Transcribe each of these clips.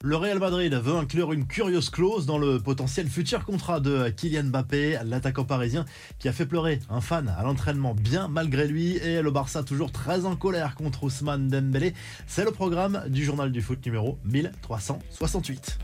Le Real Madrid veut inclure une curieuse clause dans le potentiel futur contrat de Kylian Mbappé, l'attaquant parisien qui a fait pleurer un fan à l'entraînement bien malgré lui, et le Barça toujours très en colère contre Ousmane Dembélé. C'est le programme du journal du foot numéro 1368.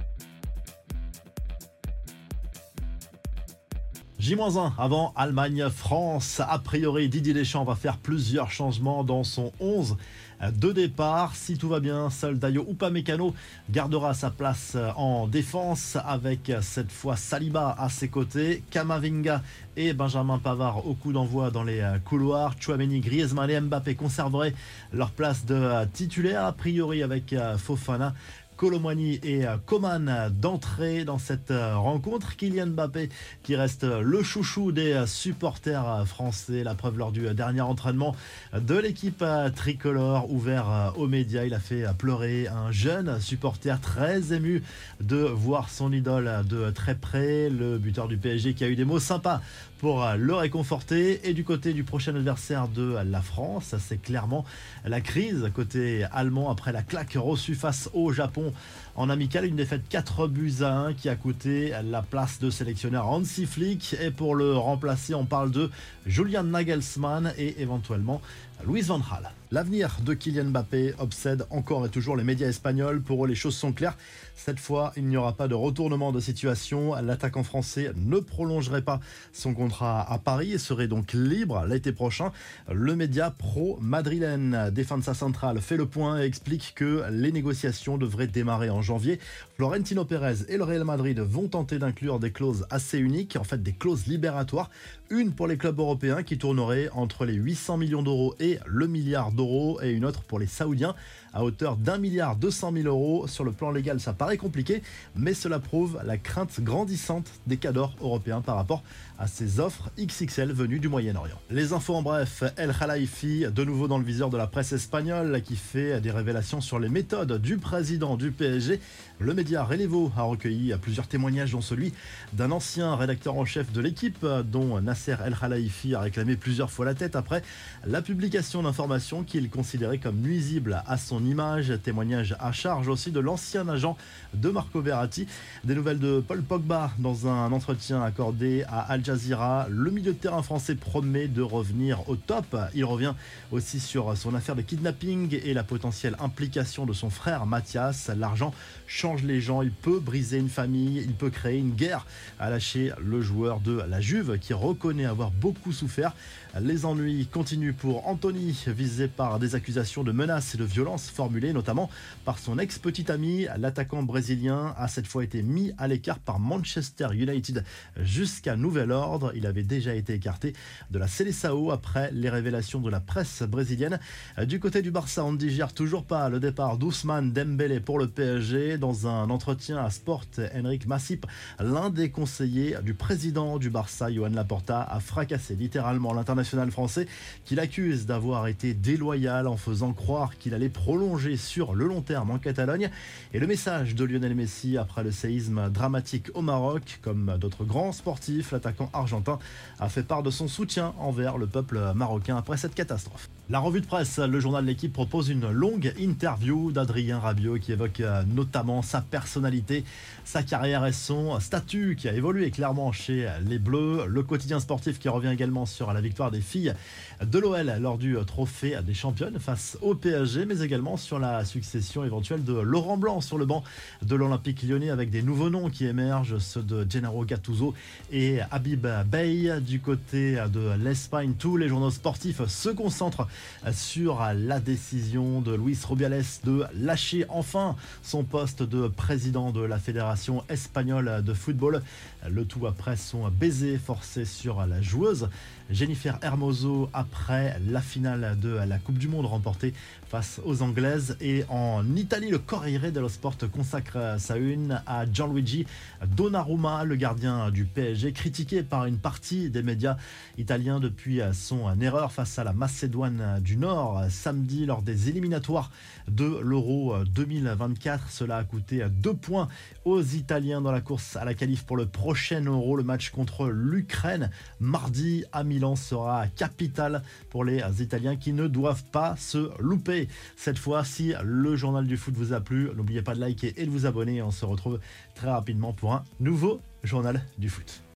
J-1 avant Allemagne-France. A priori, Didier Deschamps va faire plusieurs changements dans son 11 de départ. Si tout va bien, seul Dayo Upamecano gardera sa place en défense avec cette fois Saliba à ses côtés, Camavinga et Benjamin Pavard au coup d'envoi dans les couloirs. Tchouaméni, Griezmann et Mbappé conserveraient leur place de titulaire, a priori avec Fofana, Kolo Muani et Coman d'entrée dans cette rencontre. Kylian Mbappé qui reste le chouchou des supporters français. La preuve lors du dernier entraînement de l'équipe tricolore ouvert aux médias. Il a fait pleurer un jeune supporter très ému de voir son idole de très près. Le buteur du PSG qui a eu des mots sympas pour le réconforter. Et du côté du prochain adversaire de la France, c'est clairement la crise côté allemand après la claque reçue face au Japon en amical, une défaite 4-1 qui a coûté la place de sélectionneur Hansi Flick. Et pour le remplacer, on parle de Julian Nagelsmann et éventuellement Luis van Gaal. L'avenir de Kylian Mbappé obsède encore et toujours les médias espagnols. Pour eux, les choses sont claires. Cette fois, il n'y aura pas de retournement de situation. L'attaquant français ne prolongerait pas son contrat à Paris et serait donc libre l'été prochain. Le média pro-madrilène Defensa Central fait le point et explique que les négociations devraient démarrer en janvier. Florentino Pérez et le Real Madrid vont tenter d'inclure des clauses assez uniques, en fait des clauses libératoires. Une pour les clubs européens qui tourneraient entre les 800 millions d'euros et le milliard d'euros, et une autre pour les Saoudiens à hauteur d'1,2 milliard d'euros. Sur le plan légal, ça paraît compliqué, mais cela prouve la crainte grandissante des cadors européens par rapport à ces offres XXL venues du Moyen-Orient. Les infos en bref, El Khalifi, de nouveau dans le viseur de la presse espagnole, qui fait des révélations sur les méthodes du président du PSG. Le média Relevo a recueilli plusieurs témoignages, dont celui d'un ancien rédacteur en chef de l'équipe, dont Nasser El Khalifi a réclamé plusieurs fois la tête après la publication d'informations qu'il considérait comme nuisibles à son image. Témoignage à charge aussi de l'ancien agent de Marco Verratti. Des nouvelles de Paul Pogba dans un entretien accordé à Al Jazeera. Le milieu de terrain français promet de revenir au top. Il revient aussi sur son affaire de kidnapping et la potentielle implication de son frère Mathias. L'argent change les gens, il peut briser une famille, il peut créer une guerre, a lâché le joueur de la Juve qui reconnaît avoir beaucoup souffert. Les ennuis continuent pour Anthony, visé par des accusations de menaces et de violences formulées notamment par son ex-petit ami. L'attaquant brésilien a cette fois été mis à l'écart par Manchester United jusqu'à nouvel ordre. Il avait déjà été écarté de la Seleção après les révélations de la presse brésilienne. Du côté du Barça, on ne digère toujours pas le départ d'Ousmane Dembélé pour le PSG. Dans un entretien à Sport, Enric Massip, l'un des conseillers du président du Barça, Joan Laporta, a fracassé littéralement l'international français qu'il accuse d'avoir été déloyal en faisant croire qu'il allait prolonger sur le long terme en Catalogne. Et le message de Lionel Messi après le séisme dramatique au Maroc, comme d'autres grands sportifs, l'attaquant argentin a fait part de son soutien envers le peuple marocain après cette catastrophe. La revue de presse, le journal de l'équipe propose une longue interview d'Adrien Rabiot qui évoque notamment sa personnalité, sa carrière et son statut qui a évolué clairement chez les Bleus. Le quotidien sportif qui revient également sur la victoire des filles de l'OL lors du trophée des championnes face au PSG, mais également sur la succession éventuelle de Laurent Blanc sur le banc de l'Olympique Lyonnais avec des nouveaux noms qui émergent, ceux de Gennaro Gattuso et Habib Beye. Du côté de l'Espagne, tous les journaux sportifs se concentrent sur la décision de Luis Rubiales de lâcher enfin son poste de président de la Fédération espagnole de football. Le tout après son baiser forcé sur la joueuse Jennifer Hermoso après la finale de la Coupe du Monde remportée face aux Anglaises. Et en Italie, le Corriere dello Sport consacre sa une à Gianluigi Donnarumma, le gardien du PSG, critiqué par une partie des médias italiens depuis son erreur face à la Macédoine Macédoine du Nord samedi lors des éliminatoires de l'Euro 2024. Cela a coûté 2 points aux Italiens dans la course à la qualif pour le prochain Euro. Le match contre l'Ukraine mardi à Milan sera capital pour les Italiens qui ne doivent pas se louper. Cette fois, si le journal du foot vous a plu, n'oubliez pas de liker et de vous abonner. On se retrouve très rapidement pour un nouveau journal du foot.